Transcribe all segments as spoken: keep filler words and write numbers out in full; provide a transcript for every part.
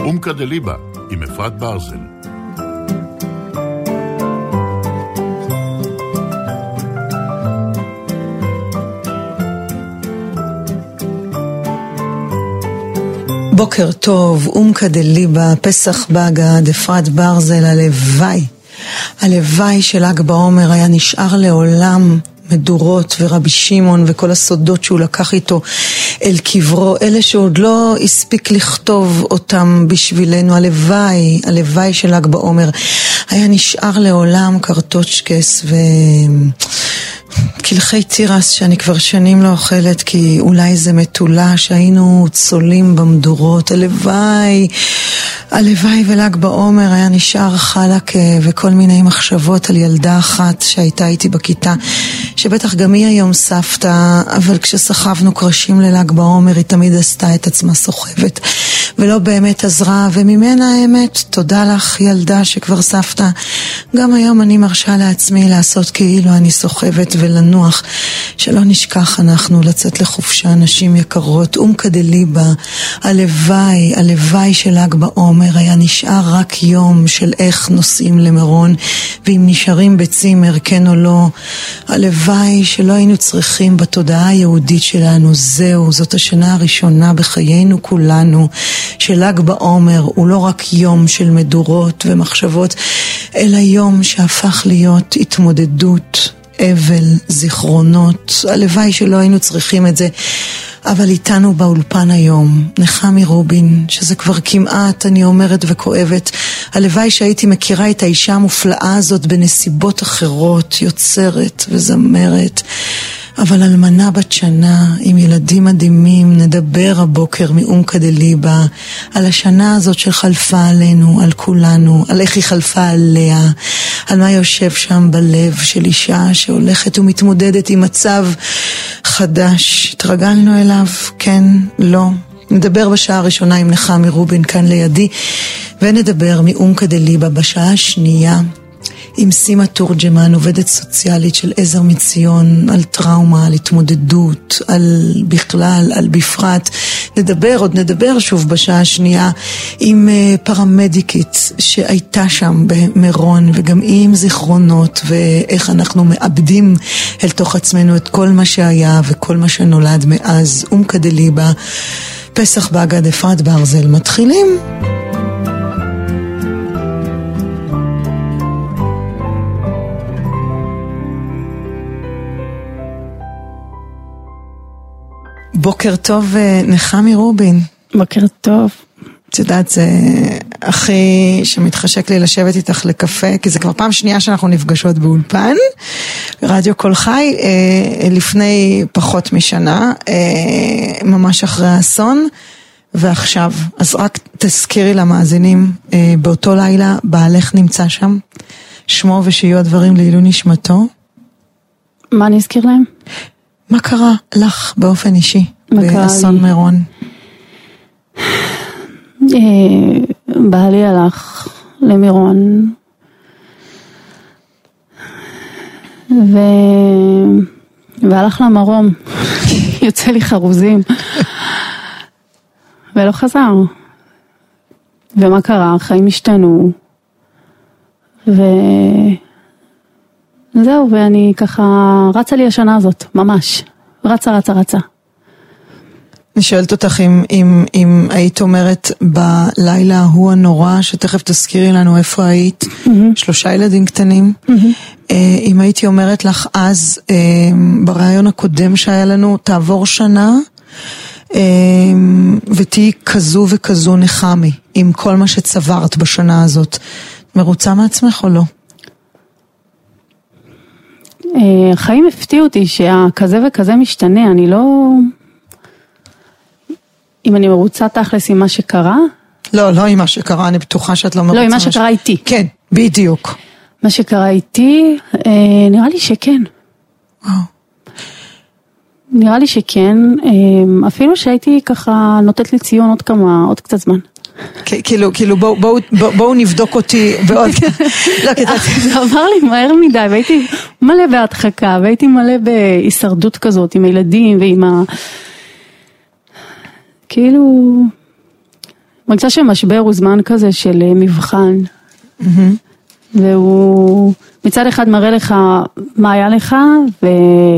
אומקה דליבה עם אפרת ברזל. בוקר טוב, אומקה דליבה, פסח בגד, אפרת ברזל, הלוואי. הלוואי של ל"ג בעומר היה נשאר לעולם מדורות ורבי שמעון וכל הסודות שהוא לקח איתו אל קברו, אלה שעוד לא הספיק לכתוב אותם בשבילנו. הלוואי, הלוואי של ל"ג בעומר היה נשאר לעולם קרטוצ'קס ו... קלחי תירס שאני כבר שנים לא אוכלת, כי אולי זה מטולה שהיינו צולים במדורות. הלוואי, הלוואי ול"ג בעומר היה נשאר חלק וכל מיני מחשבות על ילדה אחת שהייתה איתי בכיתה, שבטח גם היא היום סבתא, אבל כשסחבנו קרשים לל"ג בעומר היא תמיד עשתה את עצמה סוחבת ולא באמת עזרה, וממנה האמת, תודה לך ילדה שכבר סבתא. גם היום אני מרשה לעצמי לעשות כאילו אני סוחבת ולנוח, שלא נשכח אנחנו לצאת לחופשה, נשים יקרות. אומקה דליבה, הלוואי, הלוואי של ל"ג בעומר היה נשאר רק יום של איך נוסעים למירון, ואם נשארים בצימר כן או לא. הלוואי שלא היינו צריכים בתודעה היהודית שלנו, זהו, זאת השנה הראשונה בחיינו כולנו, של"ג בעומר הוא לא רק יום של מדורות ומחשבות, אלא יום שהפך להיות התמודדות, אבל, זיכרונות. הלוואי שלא היינו צריכים את זה, אבל איתנו באולפן היום נחמי רובין, שזה כבר כמעט, אני אומרת וכואבת, הלוואי שהייתי מכירה את האישה המופלאה הזאת בנסיבות אחרות, יוצרת וזמרת, אבל אלמנה בת שנה עם ילדים מדהימים. נדבר הבוקר מאומקה דליבה על השנה הזאת שחלפה עלינו, על כולנו, על איך היא חלפה עליה, על מה יושב שם בלב של אישה שהולכת ומתמודדת עם מצב חדש. התרגלנו אליו? כן? לא? נדבר בשעה הראשונה עם נחמי רובין כאן לידי, ונדבר מאומקה דליבה בשעה השנייה עם סימה תורג'מן, עובדת סוציאלית של עזר מציון, על טראומה, על התמודדות, על בכלל, על בפרט. נדבר, עוד נדבר שוב בשעה השנייה עם פרמדיקית שהייתה שם במירון, וגם עם זיכרונות ואיך אנחנו מאבדים אל תוך עצמנו את כל מה שהיה וכל מה שנולד מאז. אומקה דליבה, פסח בגד, אפרת ברזל, מתחילים. בוקר טוב נחמי רובין. בוקר טוב. את יודעת, זה הכי שמתחשק לי לשבת איתך לקפה, כי זה כבר פעם שנייה שאנחנו נפגשות באולפן, רדיו קול חי, לפני פחות משנה, ממש אחרי האסון, ועכשיו. אז רק תזכירי למאזינים, באותו לילה בעלך נמצא שם, שמו ושיהיו הדברים לעילוי נשמתו. מה אני אזכיר להם? מה קרה לך באופן אישי באסון מירון? בעלי הלך למירון ו... והלך למרום, יוצא לי חרוזים ולא חזר. ומה קרה? החיים השתנו ו... זהו, ואני ככה, רצה לי השנה הזאת, ממש. רצה, רצה, רצה. אני שואלת אותך אם, אם, אם היית אומרת בלילה הוא הנורא, שתכף תזכירי לנו איפה היית, mm-hmm. שלושה ילדים קטנים, mm-hmm. אם הייתי אומרת לך אז, ברעיון הקודם שהיה לנו, תעבור שנה, ותהי כזו וכזו נחמי, עם כל מה שצברת בשנה הזאת. מרוצה מעצמך או לא? החיים הפתיעו אותי שהכזה וכזה משתנה, אני לא... אם אני מרוצה תכלס עם מה שקרה? לא, לא עם מה שקרה, אני בטוחה שאת לא מרוצה. לא, עם מה שקרה איתי. כן, בדיוק. מה שקרה איתי, נראה לי שכן. נראה לי שכן, אפילו שהייתי ככה נותנת לי ציון עוד כמה, עוד קצת זמן. כאילו, כאילו, בואו נבדוק אותי בעוד... זה עבר לי מהר מדי, והייתי מלא בהדחקה, והייתי מלא בהישרדות כזאת, עם הילדים ועם ה... כאילו... מרגישה שמשבר הוא זמן כזה של מבחן, והוא מצד אחד מראה לך מה היה לך, ו...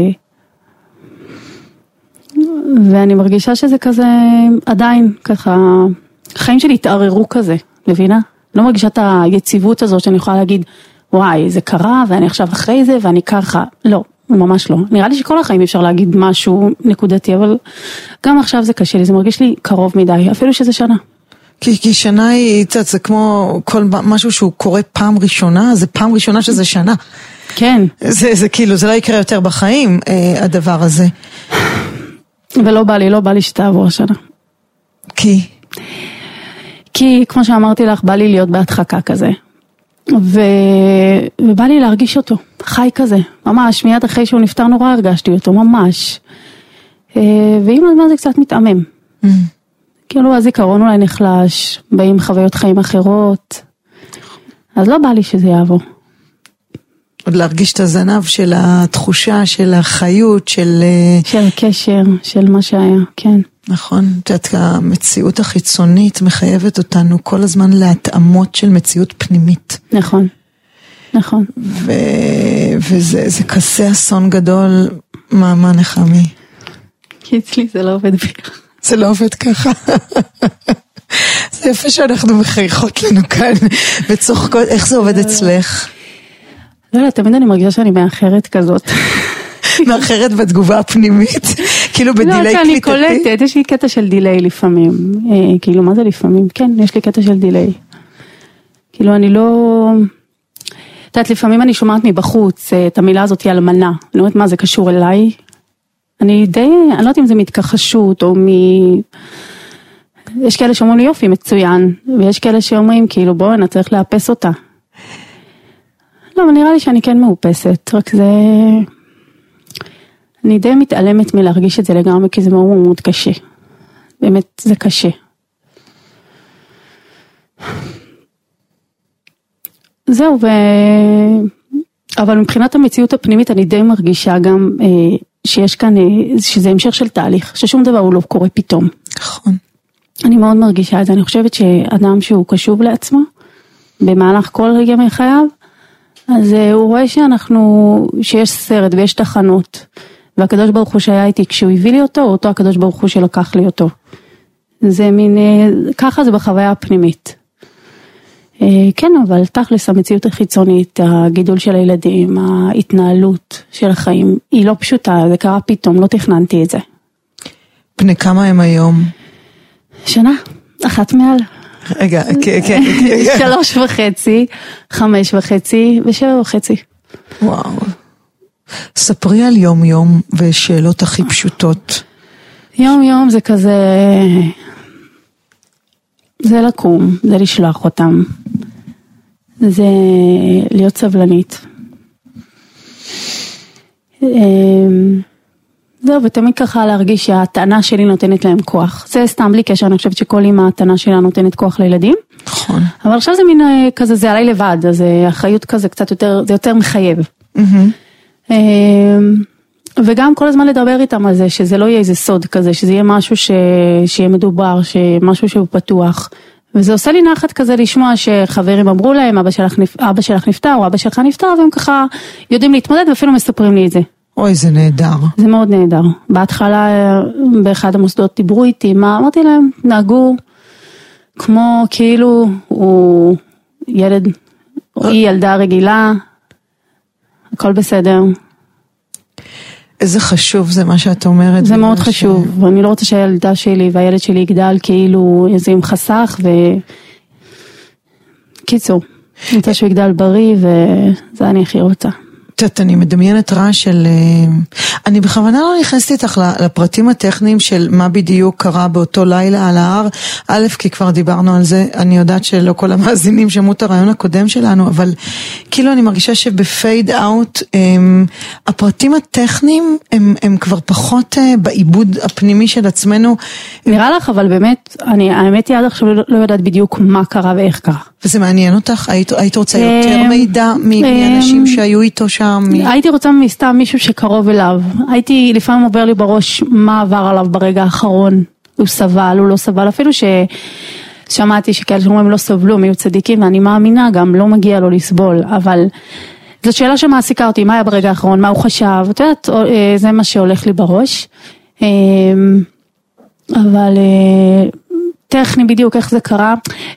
ואני מרגישה שזה כזה עדיין ככה, חיים שלי התערערו כזה, מבינה? לא מרגישה את היציבות הזאת שאני יכולה להגיד, וואי, זה קרה ואני עכשיו אחרי זה ואני ככה, לא, ממש לא. נראה לי שכל החיים אפשר להגיד משהו נקודתי, אבל גם עכשיו זה קשה לי, זה מרגיש לי קרוב מדי, אפילו שזה שנה. כי, כי שנה היא, זה כמו כל משהו שהוא קורה פעם ראשונה, זה פעם ראשונה שזה שנה. כן. זה, זה כאילו, זה לא יקרה יותר בחיים, אה, הדבר הזה. ולא בא לי, לא בא לי שתעבור השנה. כי? כי, כמו שאמרתי לך, בא לי להיות בהדחקה כזה. ו... ובא לי להרגיש אותו, חי כזה. ממש, מיד אחרי שהוא נפטר נורא הרגשתי אותו, ממש. ועם הזמן זה קצת מתאמם. Mm. כאילו הזיכרון אולי נחלש, באים חוויות חיים אחרות. אז לא בא לי שזה יעבור. עוד להרגיש את הזנב של התחושה, של החיות, של... של הקשר, של מה שהיה, כן. נכון, את יודעת, המציאות החיצונית מחייבת אותנו כל הזמן להתאמות של מציאות פנימית. נכון, נכון. ו... וזה זה כזה אסון גדול, מה, מה נחמי? כי אצלי זה לא עובד בי. זה לא עובד ככה. זה יפה שאנחנו מחייכות לנו כאן, וצוחקות, איך זה עובד אצלך? לא, לא, תמיד אני מרגישה שאני מאחרת כזאת. מאחרת בתגובה הפנימית, כאילו בדילי קליטתי. לא, שאני קולטת, יש לי קטע של דילי לפעמים. כאילו, מה זה לפעמים? כן, יש לי קטע של דילי. כאילו, אני לא... את יודעת, לפעמים אני שומעת מבחוץ את המילה הזאת היא אלמנה. אני לא יודעת מה זה קשור אליי. אני די, אני לא יודעת אם זה מתכחשות או מ... יש כאלה שאומרים לי יופי, מצוין. ויש כאלה שאומרים, כאילו, בואו, אני צריך לאפס אותה. לא, אבל נראה לי שאני כן מאופסת, רק זה... אני די מתעלמת מלהרגיש את זה לגמרי, כי זה מאוד מאוד קשה. באמת, זה קשה. זהו, ו... אבל מבחינת המציאות הפנימית, אני די מרגישה גם אה, שיש כאן, אה, שזה המשך של תהליך, ששום דבר הוא לא קורה פתאום. נכון. אני מאוד מרגישה את זה, אני חושבת שאדם שהוא קשוב לעצמו, במהלך כל רגע מחייו, אז הוא רואה שאנחנו, שיש סרט ויש תחנות, והקדוש ברוך הוא שהיה איתי כשהוא הביא לי אותו, או אותו הקדוש ברוך הוא שלקח לי אותו. זה מין, ככה זה בחוויה הפנימית. כן, אבל תכלס המציאות החיצונית, הגידול של הילדים, ההתנהלות של החיים, היא לא פשוטה, זה קרה פתאום, לא תכננתי את זה. בני כמה הם היום? שנה, אחת מעל. רגע, כן, כן. שלוש וחצי, חמש וחצי ושבע וחצי. וואו. ספרי על יום יום ושאלות הכי פשוטות. יום יום זה כזה, זה לקום, זה לשלוח אותם, זה להיות סבלנית. זהו, ותמיד ככה להרגיש שהטענה שלי נותנת להם כוח. זה סתם בלי קשר, אני חושבת שכל אימא הטענה שלה נותנת כוח לילדים. נכון. אבל עכשיו זה מין כזה, זה עליי לבד, אז האחריות כזה קצת יותר, זה יותר מחייב. וגם כל הזמן לדבר איתם על זה, שזה לא יהיה איזה סוד כזה, שזה יהיה משהו ש... שיהיה מדובר, משהו שהוא פתוח. וזה עושה לי נחת כזה לשמוע שחברים אמרו להם, אבא שלך, נפ... אבא שלך נפטר או אבא שלך נפטר, והם ככה יודעים להתמודד ואפילו מספרים לי את זה. אוי, זה נהדר. זה מאוד נהדר. בהתחלה באחד המוסדות דיברו איתי, מה אמרתי להם? נהגו כמו כאילו הוא ילד, או היא ילדה רגילה, הכל בסדר. איזה חשוב זה מה שאת אומרת. זה מאוד חשוב, ש... ואני לא רוצה שהילדה שלי והילד שלי יגדל כאילו איזה עם חסך, ו... קיצור, אני רוצה שהוא יגדל בריא, וזה אני הכי רוצה. תת, אני מדמיינת רע של... אני בכוונה לא נכנסתי איתך לפרטים הטכניים של מה בדיוק קרה באותו לילה על ההר. א', כי כבר דיברנו על זה, אני יודעת שלא כל המאזינים שמעו את הרעיון הקודם שלנו, אבל כאילו אני מרגישה שבפייד אאוט, הפרטים הטכניים הם, הם כבר פחות בעיבוד הפנימי של עצמנו. נראה לך, אבל באמת, אני, האמת היא עד עכשיו לא, לא יודעת בדיוק מה קרה ואיך קרה. וזה מעניין אותך? היית, היית רוצה יותר מידע מאנשים שהיו איתו שם? הייתי רוצה מסתם מישהו שקרוב אליו. הייתי, לפעמים עובר לי בראש מה עבר עליו ברגע האחרון. הוא סבל, הוא לא סבל. אפילו ש... שמעתי שכאלה שאומרים לא סבלו, הם היו צדיקים, ואני מאמינה גם, לא מגיע לו לסבול, אבל זאת שאלה שמעסיקה אותי, מה היה ברגע האחרון, מה הוא חשב, את יודעת, זה מה שהולך לי בראש, אבל טכני בדיוק איך זה קרה,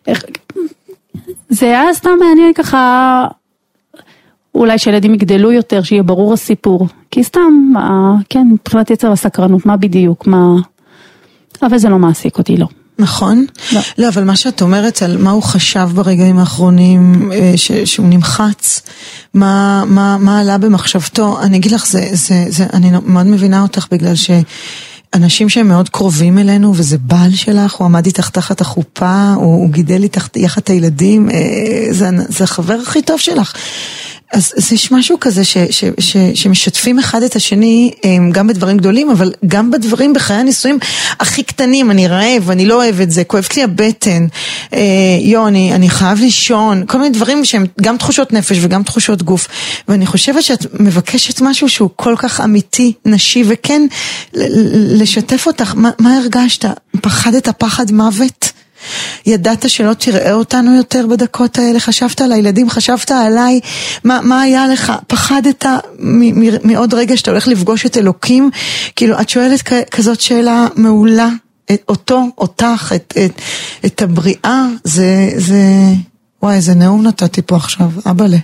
זה היה סתם מעניין ככה, אולי שילדים יגדלו יותר, שיהיה ברור הסיפור, כי סתם, כן, מבחינת יצר הסקרנות, מה בדיוק, מה, אבל זה לא מעסיק אותי, לא. נכון? לא. לא, אבל מה שאת אומרת על מה הוא חשב ברגעים האחרונים, ש, שהוא נמחץ, מה, מה, מה עלה במחשבתו, אני אגיד לך, זה, זה, זה, אני מאוד מבינה אותך בגלל ש... אנשים שהם מאוד קרובים אלינו, וזה בעל שלך, הוא עמד איתך תחת החופה, הוא, הוא גידל איתך יחד את הילדים, זה, זה החבר הכי טוב שלך. אז, אז יש משהו כזה ש, ש, ש, שמשתפים אחד את השני, גם בדברים גדולים, אבל גם בדברים בחיי הנישואים הכי קטנים, אני רעב, אני לא אוהב את זה, כואבת לי הבטן, יוני, אני חייב לישון, כל מיני דברים שהם גם תחושות נפש וגם תחושות גוף, ואני חושבת שאת מבקשת משהו שהוא כל כך אמיתי, נשי, וכן לשתף אותך, מה, מה הרגשת? פחדת פחד מוות? ידעת שלא תראה אותנו יותר בדקות האלה, חשבת על הילדים, חשבת עליי, מה, מה היה לך, פחדת מעוד רגע שאתה הולך לפגוש את אלוקים, כאילו את שואלת כזאת שאלה מעולה, אותו, אותך, את, את, את הבריאה, זה, זה, וואי, זה נאום נתתי פה עכשיו, אבאלה.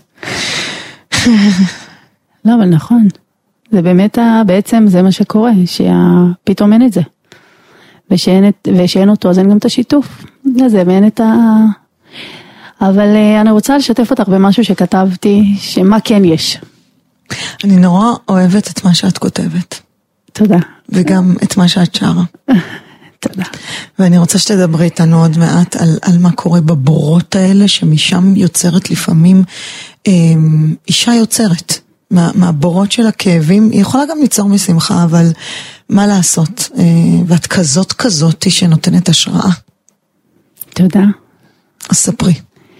לא, אבל נכון, זה באמת, בעצם זה מה שקורה, שפתאום אין את זה. ושאין, את, ושאין אותו, אז אין גם את השיתוף. לזה, ואין את ה... אבל אני רוצה לשתף אותך במשהו שכתבתי, שמה כן יש. אני נורא אוהבת את מה שאת כותבת. תודה. וגם את מה שאת שרה. תודה. ואני רוצה שתדברי איתנו עוד מעט על, על מה קורה בבורות האלה, שמשם יוצרת לפעמים אה, אישה יוצרת. מה, מהבורות של הכאבים, היא יכולה גם ליצור משמחה, אבל מה לעשות? ואת כזאת כזאת שנותנת השראה. תודה. אז ספרי.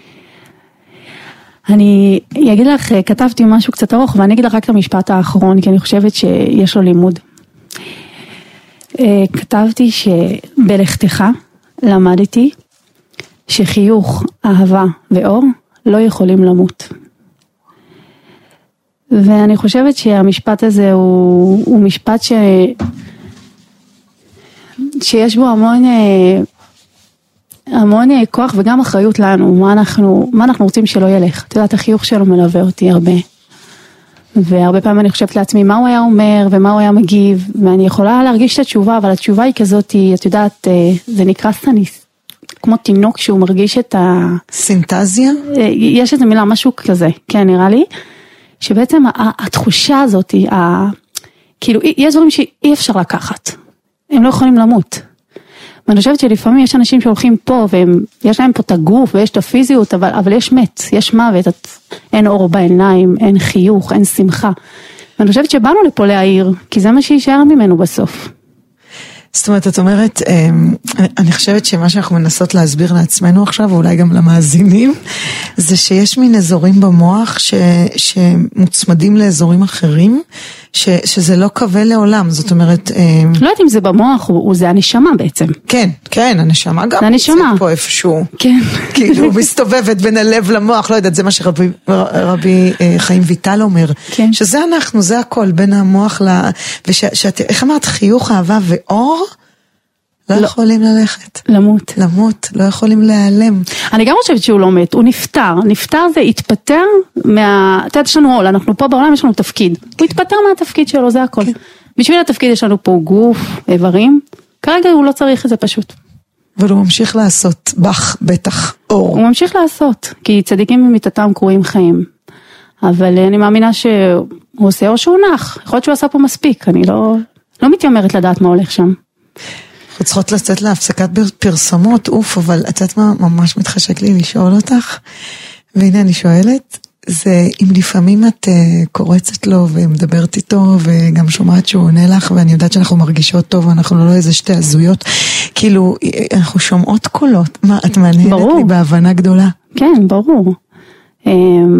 אני אגיד לך, כתבתי משהו קצת ארוך, ואני אגיד לך רק את המשפט האחרון, כי אני חושבת שיש לו לימוד. כתבתי שבלכתך למדתי שחיוך, אהבה ואור לא יכולים למות. ואני חושבת שהמשפט הזה הוא, הוא משפט ש, שיש בו המון, המון כוח וגם אחריות לנו, מה אנחנו, מה אנחנו רוצים שלא ילך. את יודעת, החיוך שלו מלווה אותי הרבה. והרבה פעמים אני חושבת לעצמי מה הוא היה אומר ומה הוא היה מגיב, ואני יכולה להרגיש את התשובה, אבל התשובה היא כזאת, את יודעת, זה נקרא סניס, כמו תינוק שהוא מרגיש את ה... סינטזיה? יש איזה מילה, משהו כזה, כן, נראה לי. שבעצם התחושה הזאת, כאילו, יש דברים שאי אפשר לקחת. הם לא יכולים למות. ואני חושבת שלפעמים יש אנשים שהולכים פה, ויש להם פה את הגוף, ויש את הפיזיות, אבל, אבל יש מת, יש מוות, אין אור בעיניים, אין חיוך, אין שמחה. ואני חושבת שבאנו לפה להעיר, כי זה מה שישאר ממנו בסוף. זאת אומרת, את אומרת, אני חושבת שמה שאנחנו מנסות להסביר לעצמנו עכשיו, ואולי גם למאזינים, זה שיש מין אזורים במוח ש, שמוצמדים לאזורים אחרים, ש, שזה לא קווה לעולם, זאת אומרת... לא יודעת אם זה במוח, או זה הנשמה בעצם. כן, כן, הנשמה גם הנשמה. פה איפשהו. כן. כאילו מסתובבת בין הלב למוח, לא יודעת, זה מה שרבי רבי חיים ויטל אומר, כן. שזה אנחנו, זה הכל, בין המוח ל... ושאת, איך אמרת, חיוך, אהבה ואור? לא, לא יכולים ללכת. למות. למות, לא יכולים להיעלם. אני גם חושבת שהוא לא מת, הוא נפטר. נפטר זה התפטר מה... אתה יודעת, יש לנו עול, אנחנו פה בעולם, יש לנו תפקיד. כן. הוא התפטר מהתפקיד שלו, זה הכל. כן. בשביל התפקיד יש לנו פה גוף, איברים. כרגע הוא לא צריך את זה פשוט. אבל הוא ממשיך לעשות, בח, בטח, אור. הוא ממשיך לעשות, כי צדיקים ממיתתם קרויים חיים. אבל אני מאמינה שהוא עושה או שהוא נח. יכול להיות שהוא עשה פה מספיק, אני לא, לא מתיימרת לדעת מה הולך שם. אנחנו צריכות לצאת להפסקת פרסומות, אוף, אבל את יודעת מה ממש מתחשק לי לשאול אותך, והנה אני שואלת, זה אם לפעמים את uh, קורצת לו ומדברת איתו, וגם שומעת שהוא עונה לך, ואני יודעת שאנחנו מרגישות טוב, ואנחנו לא איזה שתי הזויות, כאילו, אנחנו שומעות קולות, מה, את מעניינת ברור. לי בהבנה גדולה. כן, ברור. Um,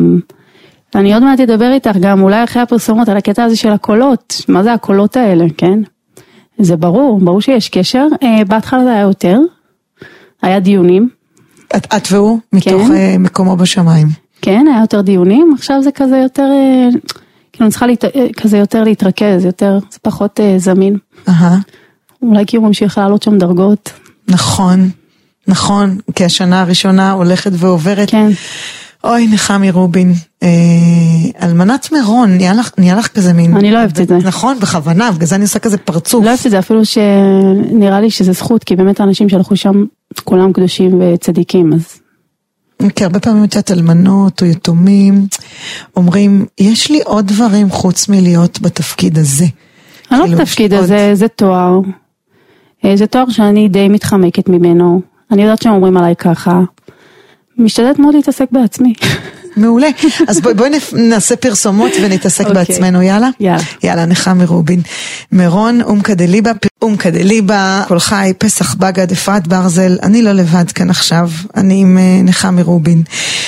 אני עוד מעט אדבר איתך גם, אולי אחרי הפרסומות, על הקטע הזה של הקולות, מה זה הקולות האלה, כן? זה ברור, ברור שיש קשר, בהתחלה זה היה יותר, היה דיונים, את, את והוא? מתוך כן. מקומו בשמיים. כן, היה יותר דיונים, עכשיו זה כזה יותר, כאילו אני צריכה להת... כזה יותר להתרכז, יותר, זה פחות זמין. אהה. אולי כי הוא ממשיך לעלות שם דרגות. נכון, נכון, כי השנה הראשונה הולכת ועוברת. כן. אוי, נחמי רובין, אה, אלמנת מירון, נהיה לך, נהיה לך כזה מין... אני לא אוהבת את זה. נכון, בכוונה, בגלל זה אני עושה כזה פרצוף. לא אוהבת את זה, אפילו שנראה לי שזה זכות, כי באמת האנשים שהלכו שם כולם קדושים וצדיקים, אז... כי הרבה פעמים את אלמנות או יתומים, אומרים, יש לי עוד דברים חוץ מלהיות בתפקיד הזה. אני לא בתפקיד הזה, זה תואר. זה תואר שאני די מתחמקת ממנו. אני יודעת שהם אומרים עליי ככה. משתדלת מאוד להתעסק בעצמי. מעולה. אז בואי בואי נעשה פרסומות ונתעסק okay. בעצמנו, יאללה? יאללה. יאללה, נחמי רובין. מירון, אומקה דליבה, אומקה דליבה, כל חי, פסח בגד, אפרת ברזל, אני לא לבד כאן עכשיו, אני עם נחמי רובין.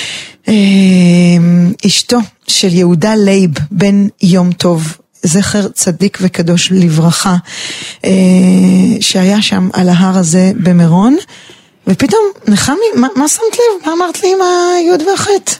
אשתו של יהודה לייב, בן יום טוב, זכר צדיק וקדוש לברכה, שהיה שם על ההר הזה במירון, ופתאום, נחמי, מה, מה שמת לב? מה אמרת לי עם היוד והחטא?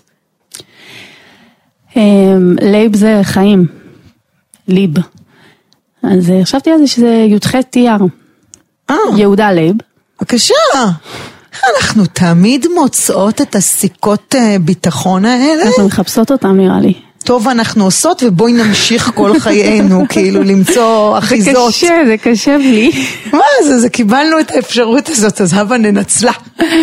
לייב זה חיים. ליב. אז חשבתי על זה שזה י"ח תייר. יהודה לייב. בבקשה. אנחנו תמיד מוצאות את הסיכות ביטחון האלה. אנחנו מחפשות אותם נראה לי. טוב אנחנו עושות ובואי נמשיך כל חיינו, כאילו למצוא אחיזות. זה קשה, זה קשה לי. מה זה, זה קיבלנו את האפשרות הזאת, אז הבה ננצלה.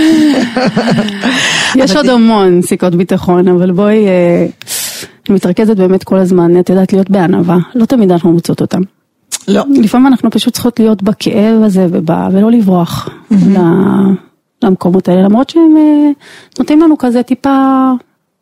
יש עוד המון סיכות ביטחון, אבל בואי, אני מתרכזת באמת כל הזמן, את יודעת להיות בענווה, לא תמיד אנחנו מוצאות אותם. לא. לפעמים אנחנו פשוט צריכות להיות בכאב הזה, ולא לברוח למקומות האלה, למרות שהם נותנים לנו כזה טיפה...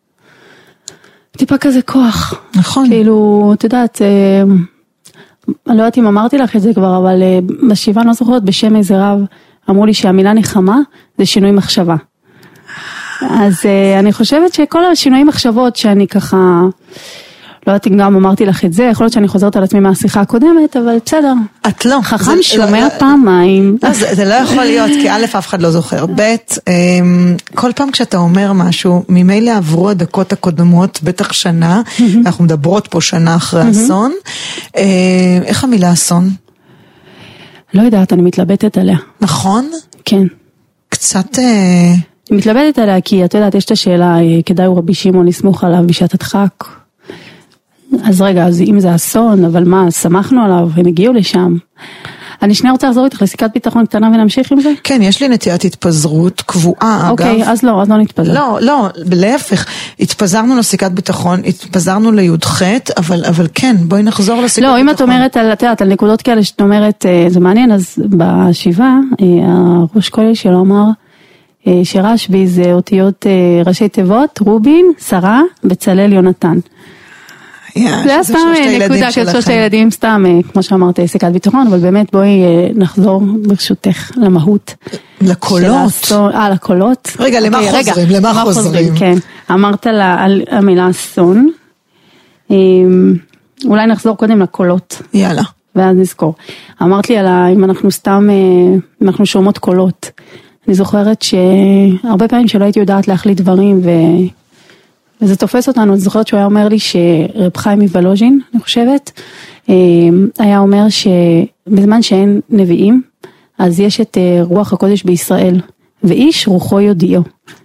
טיפה כזה כוח. נכון. כאילו, את יודעת, אני לא יודעת אם אמרתי לך את זה כבר, אבל בשבעה, אני לא זוכרת, בשם איזה רב, אמרו לי שהמילה נחמה זה שינוי מחשבה. אז אני חושבת שכל השינוי מחשבות שאני ככה, לא יודעת אם גם אמרתי לך את זה, יכול להיות שאני חוזרת על עצמי מהשיחה הקודמת, אבל בסדר. את לא. חכם שומע פעמיים. זה לא יכול להיות, כי א' אף אחד לא זוכר. ב', כל פעם כשאתה אומר משהו, ממילא עברו הדקות הקודמות, בטח שנה, אנחנו מדברות פה שנה אחרי אסון. איך המילה אסון? לא יודעת, אני מתלבטת עליה. נכון? כן. קצת... אני מתלבטת עליה, כי את יודעת, יש את השאלה, כדאי הוא רבי שמעון לסמוך עליו בשעת הדחק. אז רגע, אז אם זה אסון, אבל מה, שמחנו עליו, הם הגיעו לשם. אני שנייה רוצה לחזור איתך לסיכת ביטחון קטנה ונמשיך עם זה? כן, יש לי נטיית התפזרות קבועה, אגב. אוקיי, אז לא, אז לא נתפזר. לא, לא, להפך, התפזרנו לסיכת ביטחון, התפזרנו לי"ח, אבל, אבל כן, בואי נחזור לסיכת ביטחון. לא, אם את אומרת על, את יודעת, על נקודות כאלה שאת אומרת, זה מעניין, אז בשבעה, הראש כולל שלו אמר, שרשב"י זה אותיות ראשי תיבות, רובין, שרה, בצלאל, יונתן. זה היה סתם נקודה של שלושת הילדים, סתם, כמו שאמרת, סיכת ביטחון, אבל באמת בואי נחזור ברשותך למהות. לקולות. אה, לקולות. רגע, למה חוזרים? למה חוזרים? כן, אמרת על המילה אסון. אולי נחזור קודם לקולות. יאללה. ואז נזכור. אמרת לי על אם אנחנו סתם, אנחנו שומעות קולות. אני זוכרת שהרבה פעמים שלא הייתי יודעת להחליט דברים ו... וזה תופס אותנו, אני זוכרת שהוא היה אומר לי שרב חיים מוולוז'ין, אני חושבת, היה אומר שבזמן שאין נביאים, אז יש את רוח הקודש בישראל, ואיש רוחו יודיעו.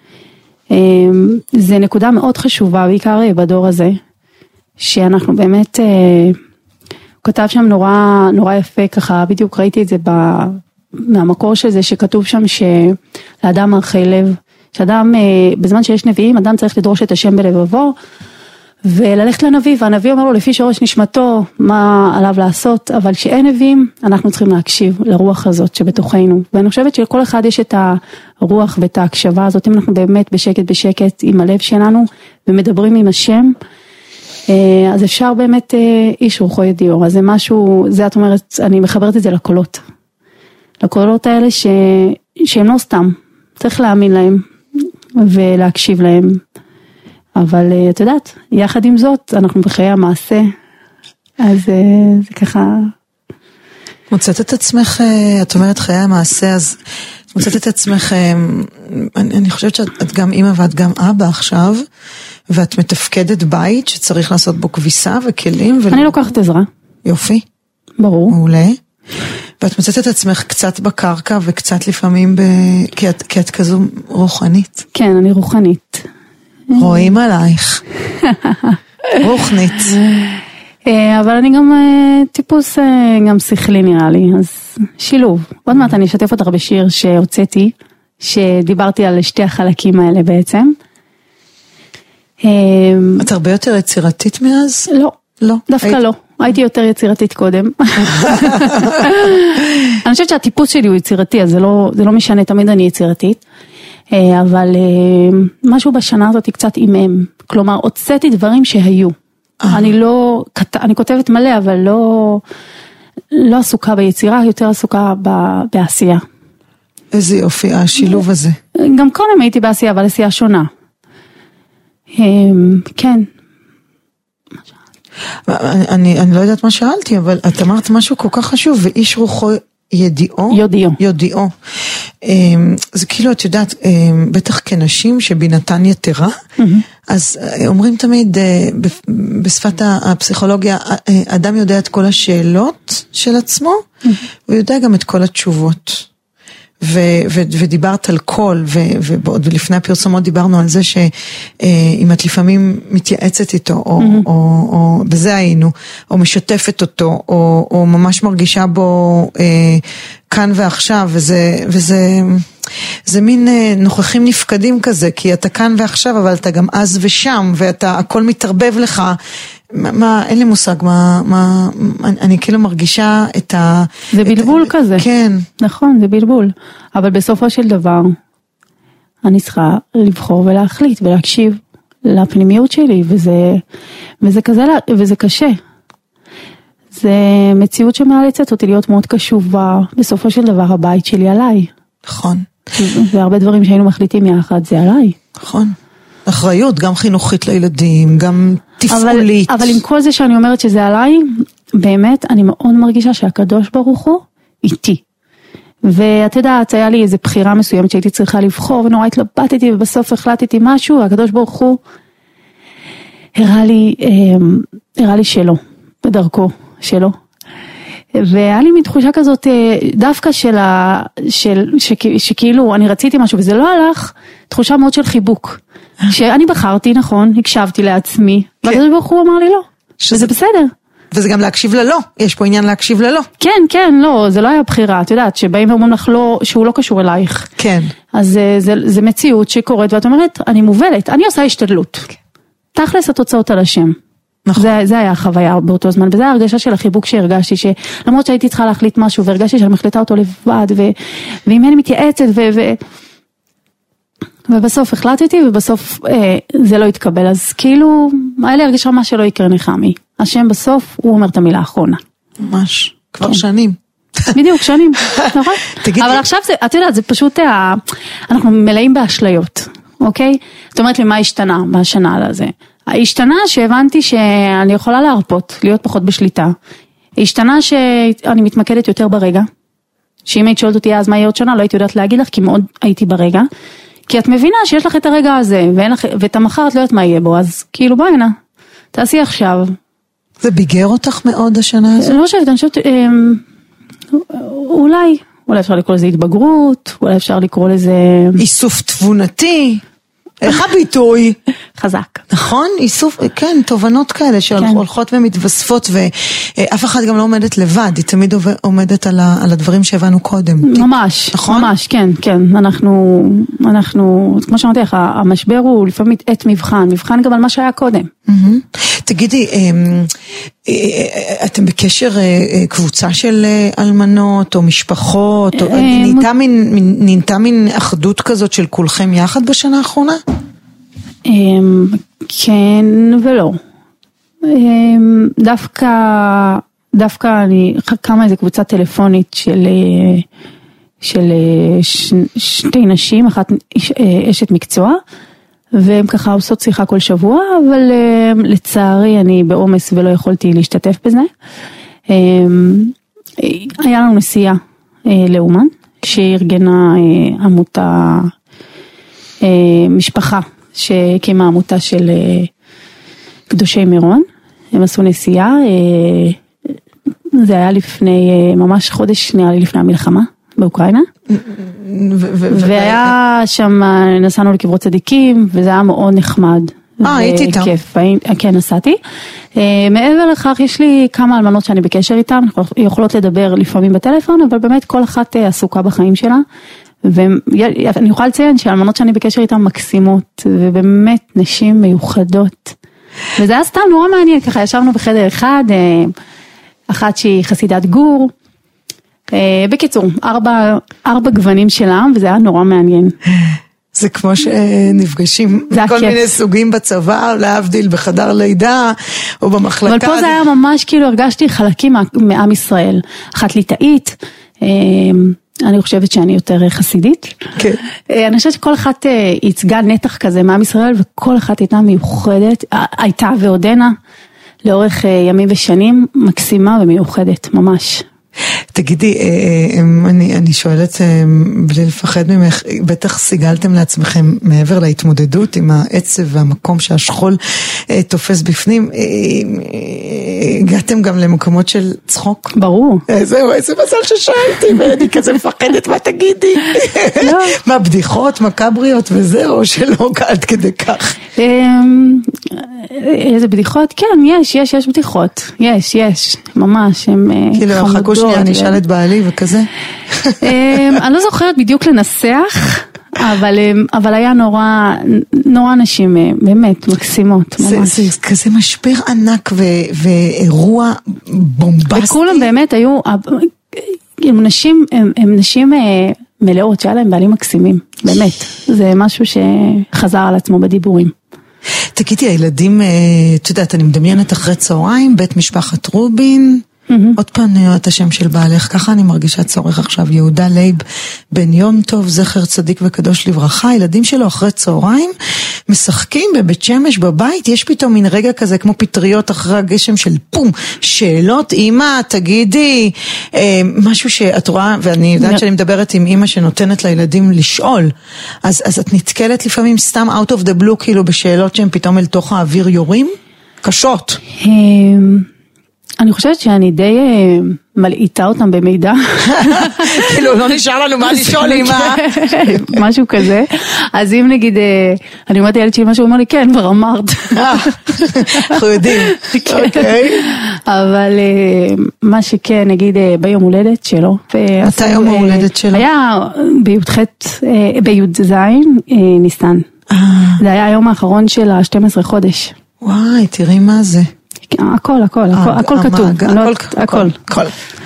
זה נקודה מאוד חשובה, בעיקר בדור הזה, שאנחנו באמת, הוא כתב שם נורא, נורא יפה, ככה בדיוק ראיתי את זה מהמקור של זה, שכתוב שם שלאדם ערכי לב, שאדם, בזמן שיש נביאים, אדם צריך לדרוש את השם בלבבו, וללכת לנביא, והנביא אומר לו, לפי שורש נשמתו, מה עליו לעשות, אבל כשאין נביאים, אנחנו צריכים להקשיב לרוח הזאת שבתוכנו, ואני חושבת שלכל אחד יש את הרוח ואת ההקשבה הזאת, אם אנחנו באמת בשקט בשקט עם הלב שלנו, ומדברים עם השם, אז אפשר באמת איש רוחו ידיעו, אז זה משהו, זה את אומרת, אני מחברת את זה לקולות, לקולות האלה ש... שהם לא סתם, צריך להאמין להם, ולהקשיב להם, אבל את יודעת, יחד עם זאת, אנחנו בחיי המעשה, אז זה ככה... מוצאת את עצמך, את אומרת חיי המעשה, אז מוצאת את עצמך אני, אני חושבת שאת גם אמא ואת גם אבא עכשיו, ואת מתפקדת בית שצריך לעשות בו כביסה וכלים. ול... אני לוקחת עזרה. יופי. ברור. מעולה. ואת מצאת את עצמך קצת בקרקע וקצת לפעמים, ב... כי, את, כי את כזו רוחנית. כן, אני רוחנית. רואים עלייך. רוחנית. אבל אני גם טיפוס גם שכלי נראה לי, אז שילוב. עוד מעט אני אשתף אותך בשיר שהוצאתי, שדיברתי על שתי החלקים האלה בעצם. את הרבה יותר יצירתית מאז? לא. לא. דווקא היית... לא. הייתי יותר יצירתית קודם. אני חושבת שהטיפוס שלי הוא יצירתי, אז זה לא, זה לא משנה, תמיד אני יצירתית. אבל משהו בשנה הזאת קצת אימם. כלומר, הוצאתי דברים שהיו. אני לא, אני כותבת מלא, אבל לא, לא עסוקה ביצירה, יותר עסוקה בעשייה. איזה יופי, השילוב הזה. גם קודם הייתי בעשייה, אבל עשייה שונה. כן. אני, אני לא יודעת מה שאלתי, אבל את אמרת משהו כל כך חשוב, ואיש רוחו ידיעו. יודיעו. יודיעו. זה כאילו, את יודעת, בטח כנשים שבינתן יתרה, אז אומרים תמיד, בשפת הפסיכולוגיה, אדם יודע את כל השאלות של עצמו, הוא יודע גם את כל התשובות. ו- ו- ודיברת על קול, ועוד לפני הפרסומות דיברנו על זה שאם את לפעמים מתייעצת איתו, או, mm-hmm. או, או בזה היינו, או משתפת אותו, או, או ממש מרגישה בו אה, כאן ועכשיו, וזה, וזה זה מין אה, נוכחים נפקדים כזה, כי אתה כאן ועכשיו, אבל אתה גם אז ושם, ואתה, הכל מתערבב לך, מה, מה, אין לי מושג, מה, מה, אני, אני כאילו מרגישה את ה... זה בלבול את, כזה. כן. נכון, זה בלבול. אבל בסופו של דבר, אני צריכה לבחור ולהחליט ולהקשיב לפנימיות שלי, וזה, וזה כזה, וזה קשה. זה מציאות שמאלצת אותי להיות מאוד קשובה, בסופו של דבר הבית שלי עליי. נכון. והרבה דברים שהיינו מחליטים יחד, זה עליי. נכון. אחריות, גם חינוכית לילדים, גם תפעולית. אבל, אבל עם כל זה שאני אומרת שזה עליי, באמת אני מאוד מרגישה שהקדוש ברוך הוא איתי. ואת יודעת, היה לי איזו בחירה מסוימת שהייתי צריכה לבחור, ונורא התלבטתי ובסוף החלטתי משהו, והקדוש ברוך הוא הראה לי, הראה לי שלו, בדרכו שלו. והיה לי מין תחושה כזאת דווקא של, ה, של שכאילו אני רציתי משהו וזה לא הלך, תחושה מאוד של חיבוק. שאני בחרתי, נכון, הקשבתי לעצמי, והקדוש ברוך הוא אמר לי לא, וזה בסדר. וזה גם להקשיב ללא, יש פה עניין להקשיב ללא. כן, כן, לא, זה לא היה בחירה, את יודעת, שבאים ואומרים לך לא, שהוא לא קשור אלייך. כן. אז זה, זה, זה מציאות שקורית, ואת אומרת, אני מובלת, אני עושה השתדלות. תכלס התוצאות על השם. נכון. זה, זה היה החוויה באותו זמן, וזה ההרגשה של החיבוק שהרגשתי, שלמרות שהייתי צריכה להחליט משהו, והרגשתי שאני מחליטה אותו לבד, ו, ואם אני מתייעצת, ו, ו, ובסוף החלטתי, ובסוף אה, זה לא התקבל, אז כאילו, היה לי הרגשה מה שלא יקרה נחמי. השם בסוף, הוא אומר את המילה האחרונה. ממש, כבר כן. שנים. בדיוק, שנים, נכון? אבל עכשיו זה, את יודעת, זה פשוט, אנחנו מלאים באשליות, אוקיי? זאת אומרת לי, מה השתנה בשנה הזה? השתנה שהבנתי שאני יכולה להרפות, להיות פחות בשליטה. השתנה שאני מתמקדת יותר ברגע, שאם היית שואלת אותי אז מה יהיה עוד שנה, לא הייתי יודעת להגיד לך, כי מאוד הייתי ברגע. כי את מבינה שיש לך את הרגע הזה, לך, ואת המחר את לא יודעת מה יהיה בו, אז כאילו בואי הנה, תעשי עכשיו. זה ביגר אותך מאוד השנה הזאת? לא חושבת, אני חושבת, אולי, אולי אפשר לקרוא לזה התבגרות, אולי אפשר לקרוא לזה... איסוף תבונתי, איך הביטוי? חזק. נכון? איסוף, כן, תובנות כאלה שהולכות ומתווספות, ואף אחד גם לא עומדת לבד, היא תמיד עומדת על הדברים שהבנו קודם. ממש, ממש, כן, כן. אנחנו, אנחנו, כמו שאמרתי לך, המשבר הוא לפעמים עת מבחן, מבחן גם על מה שהיה קודם. תגידי, אתם בקשר קבוצה של אלמנות או משפחות, נהייתה מין אחדות כזאת של כולכם יחד בשנה האחרונה? כן ולא. דווקא, דווקא אני קמה איזו קבוצה טלפונית של, של שתי נשים, אחת אשת מקצוע, והם ככה עושות שיחה כל שבוע, אבל לצערי אני בעומס ולא יכולתי להשתתף בזה. היה לנו נסיעה לאומן, שארגנה עמותה משפחה שהקימה עמותה של קדושי מירון, הם עשו נסיעה, זה היה לפני, ממש חודש נראה לי לפני המלחמה באוקראינה, והיה שם, נסענו לקברות צדיקים, וזה היה מאוד נחמד. אה, הייתי איתם. כיף, כן, נסעתי. מעבר לכך, יש לי כמה אלמנות שאני בקשר איתן, יכולות לדבר לפעמים בטלפון, אבל באמת כל אחת עסוקה בחיים שלה, ואני יכולה לציין שהאלמנות שאני בקשר איתן מקסימות, ובאמת נשים מיוחדות. וזה היה סתם נורא מעניין, ככה ישבנו בחדר אחד, אחת שהיא חסידת גור, בקיצור, ארבע, ארבע גוונים שלהם, וזה היה נורא מעניין. זה כמו שנפגשים כל מיני סוגים בצבא, להבדיל בחדר לידה, או במחלקה. אבל פה זה היה ממש, כאילו הרגשתי חלקים מעם ישראל. אחת ליטאית, אני חושבת שאני יותר חסידית. כן. אני חושבת שכל אחת ייצגה נתח כזה מעם ישראל, וכל אחת הייתה מיוחדת, הייתה ועודנה, לאורך ימים ושנים, מקסימה ומיוחדת, ממש. תגידי, אני, אני שואלת בלי לפחד ממך, בטח סיגלתם לעצמכם מעבר להתמודדות עם העצב והמקום שהשכול תופס בפנים, הגעתם גם למקומות של צחוק? ברור. זהו, איזה מזל ששאלתי, ואני כזה מפחדת, מה תגידי? לא. מה, בדיחות, מקבריות וזהו, או שלא עד כדי כך? איזה בדיחות? כן, יש, יש, יש בדיחות. יש, יש, ממש, הם כאילו, חכו שנייה, אני אשאל את בעלי וכזה. אני לא זוכרת בדיוק לנסח, אבל, אבל היה נורא, נורא נשים, באמת, מקסימות, ממש. זה, זה כזה משבר ענק ו, ואירוע בומבסטי. וכולם באמת היו, הם נשים, הם, הם נשים מלאות, שהיה להם בעלים מקסימים, באמת. זה משהו שחזר על עצמו בדיבורים. תגידי, הילדים, את יודעת, אני מדמיינת אחרי צהריים, בית משפחת רובין, עוד פעם את השם של בעלך, ככה אני מרגישה צורך עכשיו, יהודה לייב בן יום טוב, זכר צדיק וקדוש לברכה, הילדים שלו אחרי צהריים, משחקים בבית שמש בבית, יש פתאום מין רגע כזה כמו פטריות אחרי הגשם של פום, שאלות, אמא, תגידי, אה, משהו שאת רואה, ואני יודעת שאני מדברת עם אמא שנותנת לילדים לשאול, אז, אז את נתקלת לפעמים סתם out of the blue, כאילו בשאלות שהם פתאום אל תוך האוויר יורים, קשות. אני חושבת שאני די מלעיטה אותם במידע. כאילו, לא נשאר לנו מה לשאול, אמא. משהו כזה. אז אם נגיד, אני אומרת לילד שלי משהו, הוא אומר לי, כן, כבר אמרת. אנחנו יודעים. אוקיי. אבל מה שכן, נגיד, ביום הולדת שלו. מתי יום ההולדת שלו? היה בי"ח, בי"ז ניסן. זה היה היום האחרון של ה-שנים עשר חודש. וואי, תראי מה זה. הכל, הכל, הכל כתוב. הכל, הכל.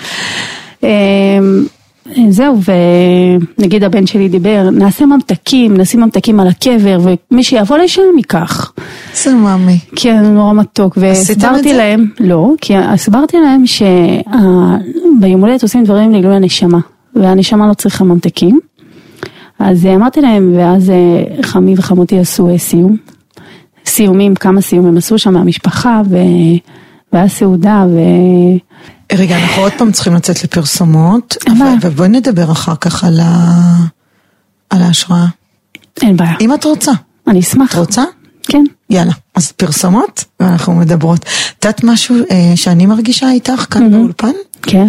זהו, ונגיד הבן שלי דיבר, נעשה ממתקים, נשים ממתקים על הקבר, ומי שיבוא לשם ייקח. זה מאמי. כן, נורא מתוק. והסברתי להם, לא, כי הסברתי להם שביום הולדת עושים דברים לגילוי הנשמה, והנשמה לא צריכה ממתקים. אז אמרתי להם, ואז חמי וחמותי עשו סיום. סיומים, כמה סיומים עשו שם מהמשפחה, והיה סעודה, ו... רגע, אנחנו עוד פעם צריכים לצאת לפרסומות, ובואי נדבר אחר כך על ההשראה. אין בעיה. אם את רוצה. אני אשמח. את רוצה? כן. יאללה, אז פרסומות, ואנחנו מדברות. תת משהו שאני מרגישה איתך כאן באולפן? כן.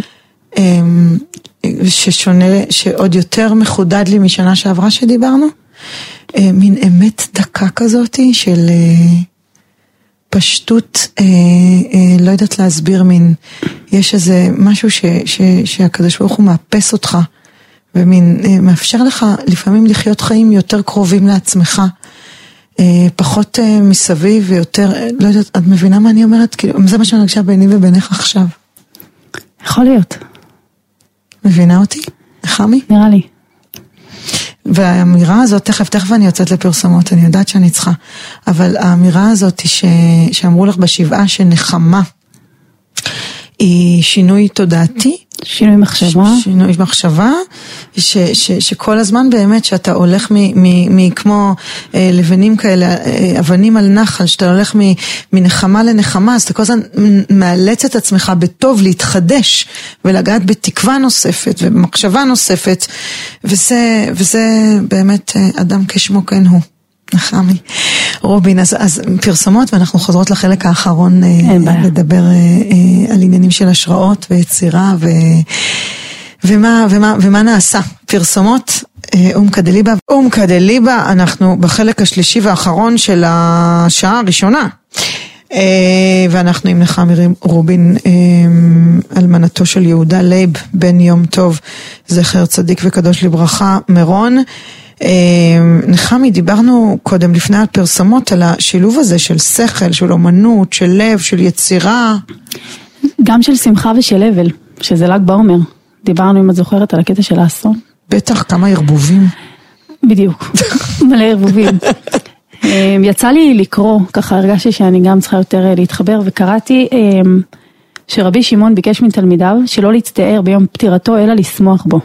ששונה, שעוד יותר מחודד לי משנה שעברה שדיברנו? מין אמת דקה כזאת של פשטות, לא יודעת להסביר, מין, יש איזה משהו ש, ש, שהקדוש ברוך הוא מאפס אותך, ומין מאפשר לך לפעמים לחיות חיים יותר קרובים לעצמך, פחות מסביב ויותר, לא יודעת, את מבינה מה אני אומרת? כאילו, זה מה שאני מרגישה ביני ובינך עכשיו. יכול להיות. מבינה אותי? חמי? נראה לי. והאמירה הזאת, תכף, תכף אני יוצאת לפרסומות, אני יודעת שאני צריכה, אבל האמירה הזאת ש... שאמרו לך בשבעה שנחמה, היא שינוי תודעתי? שינוי מחשבה. שינוי מחשבה, ש, ש, שכל הזמן באמת שאתה הולך מ, מ, מ, כמו אה, לבנים כאלה, אה, אבנים על נחל, שאתה הולך מ, מנחמה לנחמה, אז אתה כל הזמן מאלץ את עצמך בטוב להתחדש, ולגעת בתקווה נוספת, ובמחשבה נוספת, וזה, וזה באמת אה, אדם כשמו כן הוא. נחמי. רובין, אז, אז פרסומות, ואנחנו חוזרות לחלק האחרון לדבר על עניינים של השראות ויצירה ו, ומה, ומה, ומה נעשה. פרסומות, אום קדליבה. אום קדליבה, אנחנו בחלק השלישי והאחרון של השעה הראשונה. ואנחנו עם נחמי רובין, אלמנתו של יהודה לייב, בן יום טוב, זכר צדיק וקדוש לברכה, מירון. נחמי, דיברנו קודם לפני הפרסמות על השילוב הזה של שכל, של אומנות, של לב, של יצירה. גם של שמחה ושל אבל, שזה ל"ג בעומר. דיברנו, אם את זוכרת, על הקטע של האסון. בטח, כמה ערבובים. בדיוק, מלא ערבובים. יצא לי לקרוא, ככה הרגשתי שאני גם צריכה יותר להתחבר, וקראתי שרבי שמעון ביקש מתלמידיו שלא להצטער ביום פטירתו, אלא לשמוח בו.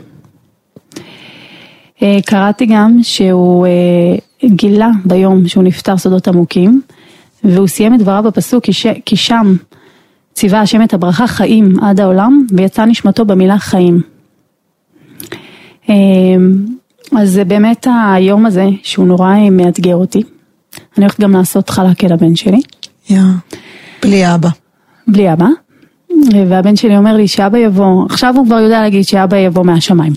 קראתי גם שהוא גילה ביום שהוא נפטר סודות עמוקים, והוא סיים את דבריו בפסוק, כי שם ציווה השם את הברכה חיים עד העולם, ויצא נשמתו במילה חיים. אז באמת היום הזה, שהוא נורא מאתגר אותי, אני הולכת גם לעשות חלק אל הבן שלי. יא, בלי אבא. בלי אבא. והבן שלי אומר לי שאבא יבוא, עכשיו הוא כבר יודע להגיד שאבא יבוא מהשמיים.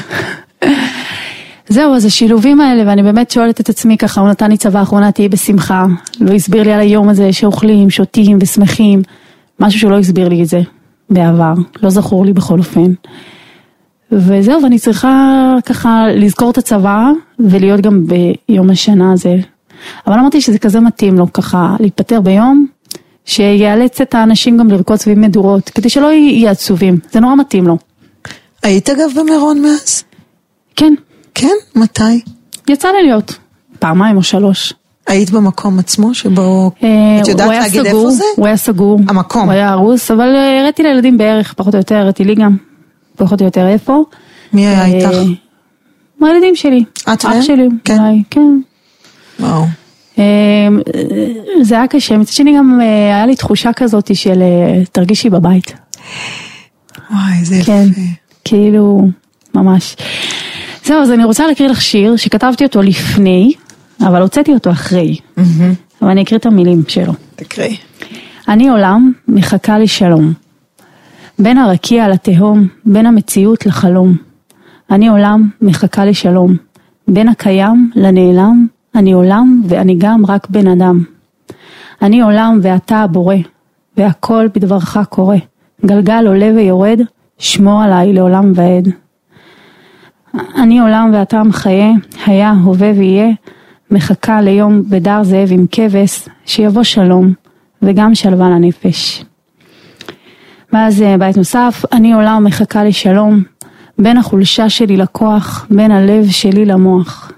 זהו, אז השילובים האלה, ואני באמת שואלת את עצמי ככה, הוא נתן לי צבא האחרונה, תהי בשמחה, לא הסביר לי על היום הזה שאוכלים, שותים ושמחים, משהו שהוא לא הסביר לי את זה בעבר, לא זכור לי בכל אופן. וזהו, ואני צריכה ככה לזכור את הצבא, ולהיות גם ביום השנה הזה. אבל אמרתי שזה כזה מתאים לו ככה, להתפטר ביום, שיאלץ את האנשים גם לרקוד סביב מדורות, כדי שלא יהיו עצובים, זה נורא מתאים לו. היית אגב במירון מאז? כן. כן? מתי? יצא לי להיות פעמיים או שלוש. היית במקום עצמו שבו, את יודעת להגיד איפה זה? הוא היה סגור. המקום. הוא היה הרוס, אבל הראיתי לילדים בערך, פחות או יותר, הראיתי לי גם, פחות או יותר איפה. מי היה איתך? הילדים שלי. את והם? אח שלי. כן. כן. וואו. זה היה קשה, מצד שני גם היה לי תחושה כזאת של תרגישי בבית. וואי, זה יפה. כן, כאילו, ממש. זהו, אז אני רוצה להקריא לך שיר שכתבתי אותו לפני, אבל הוצאתי אותו אחרי. אבל אני אקריא את המילים שלו. תקריא. אני עולם מחכה לי שלום. בין הרקיע לתהום, בין המציאות לחלום. אני עולם מחכה לי שלום. בין הקיים לנעלם, אני עולם ואני גם רק בן אדם. אני עולם ואתה הבורא, והכל בדברך קורה. גלגל עולה ויורד, שמור עליי לעולם ועד. אני עולם ואתה מחיה, היה, הווה ויהיה, מחכה ליום בדר זאב עם כבש, שיבוא שלום וגם שלווה לנפש. ואז בית נוסף, אני עולם מחכה לי שלום, בין החולשה שלי לכוח, בין הלב שלי למוח.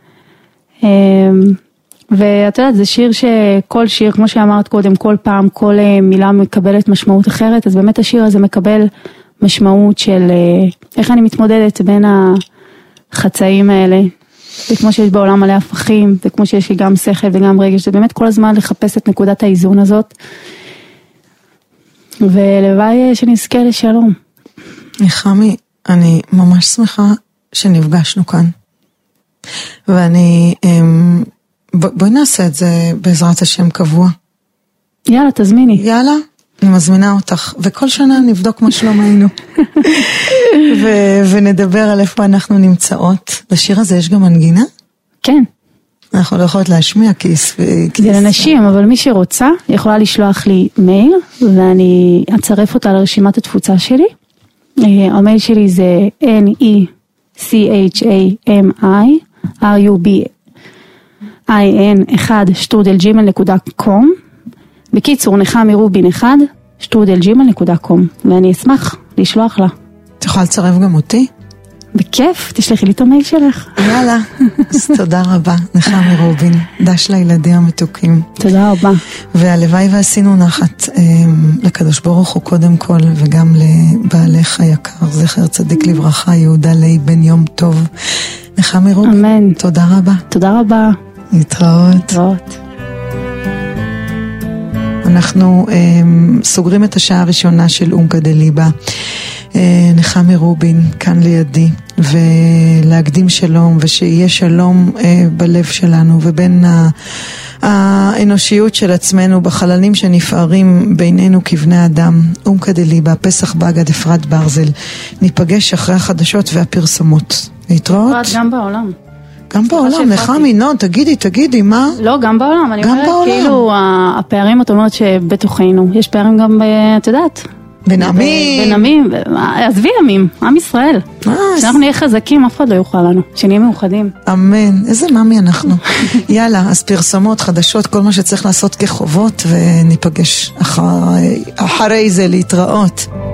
ואת יודעת, זה שיר שכל שיר, כמו שאמרת קודם, כל פעם, כל מילה מקבלת משמעות אחרת, אז באמת השיר הזה מקבל משמעות של איך אני מתמודדת בין החצאים האלה, וכמו שיש בעולם מלא הפכים, וכמו שיש לי גם שכל וגם רגש, זה באמת כל הזמן לחפש את נקודת האיזון הזאת, ולוואי שנזכה לשלום. נחמי, אני ממש שמחה שנפגשנו כאן, ואני, בואי נעשה את זה בעזרת השם קבוע. יאללה, תזמיני. יאללה. אני מזמינה אותך, וכל שנה נבדוק מה שלומנו, ו- ונדבר על איפה אנחנו נמצאות. לשיר הזה יש גם מנגינה? כן. אנחנו לא יכולות להשמיע כיס. זה לנשים, אבל מי שרוצה יכולה לשלוח לי מייל, ואני אצרף אותה לרשימת התפוצה שלי. המייל שלי זה N E C H A M I R U B I N אחד שטרודל ג'ימייל נקודה קום. בקיצור, נחמי רובין אחד, שטרודל ג'ימייל נקודה קום, ואני אשמח לשלוח לה. את יכולה לצרף גם אותי? בכיף, תשלחי לי את המייל שלך. יאללה, אז תודה רבה, נחמי רובין, דש לילדים המתוקים. תודה רבה. והלוואי ועשינו נחת לקדוש ברוך הוא קודם כל, וגם לבעלך היקר, זכר צדיק לברכה, יהודה לי בן יום טוב. נחמי רובין, אמן. תודה רבה. תודה רבה. להתראות. להתראות. אנחנו um, סוגרים את השעה הראשונה של אומקה דליבה. uh, נחמי רובין כאן לידי, ולהקדים שלום, ושיהיה שלום uh, בלב שלנו ובין ה... האנושיות של עצמנו בחללים שנפערים בינינו כבני אדם. אומקה דליבה, פסח בגד, אפרת ברזל. ניפגש אחרי החדשות והפרסומות. להתראות? גם בעולם. גם בעולם, נחמי, נו, תגידי, תגידי, מה? לא, גם בעולם, אני אומרת, כאילו, הפערים, את אומרת שבתוכנו, יש פערים גם, את יודעת, בין עמים. בין עמים, עזבי עמים, עם ישראל. שאנחנו נהיה חזקים, אף אחד לא יוכל לנו, שנהיה מאוחדים. אמן, איזה מאמי אנחנו. יאללה, אז פרסומות, חדשות, כל מה שצריך לעשות כחובות, וניפגש אחרי זה להתראות.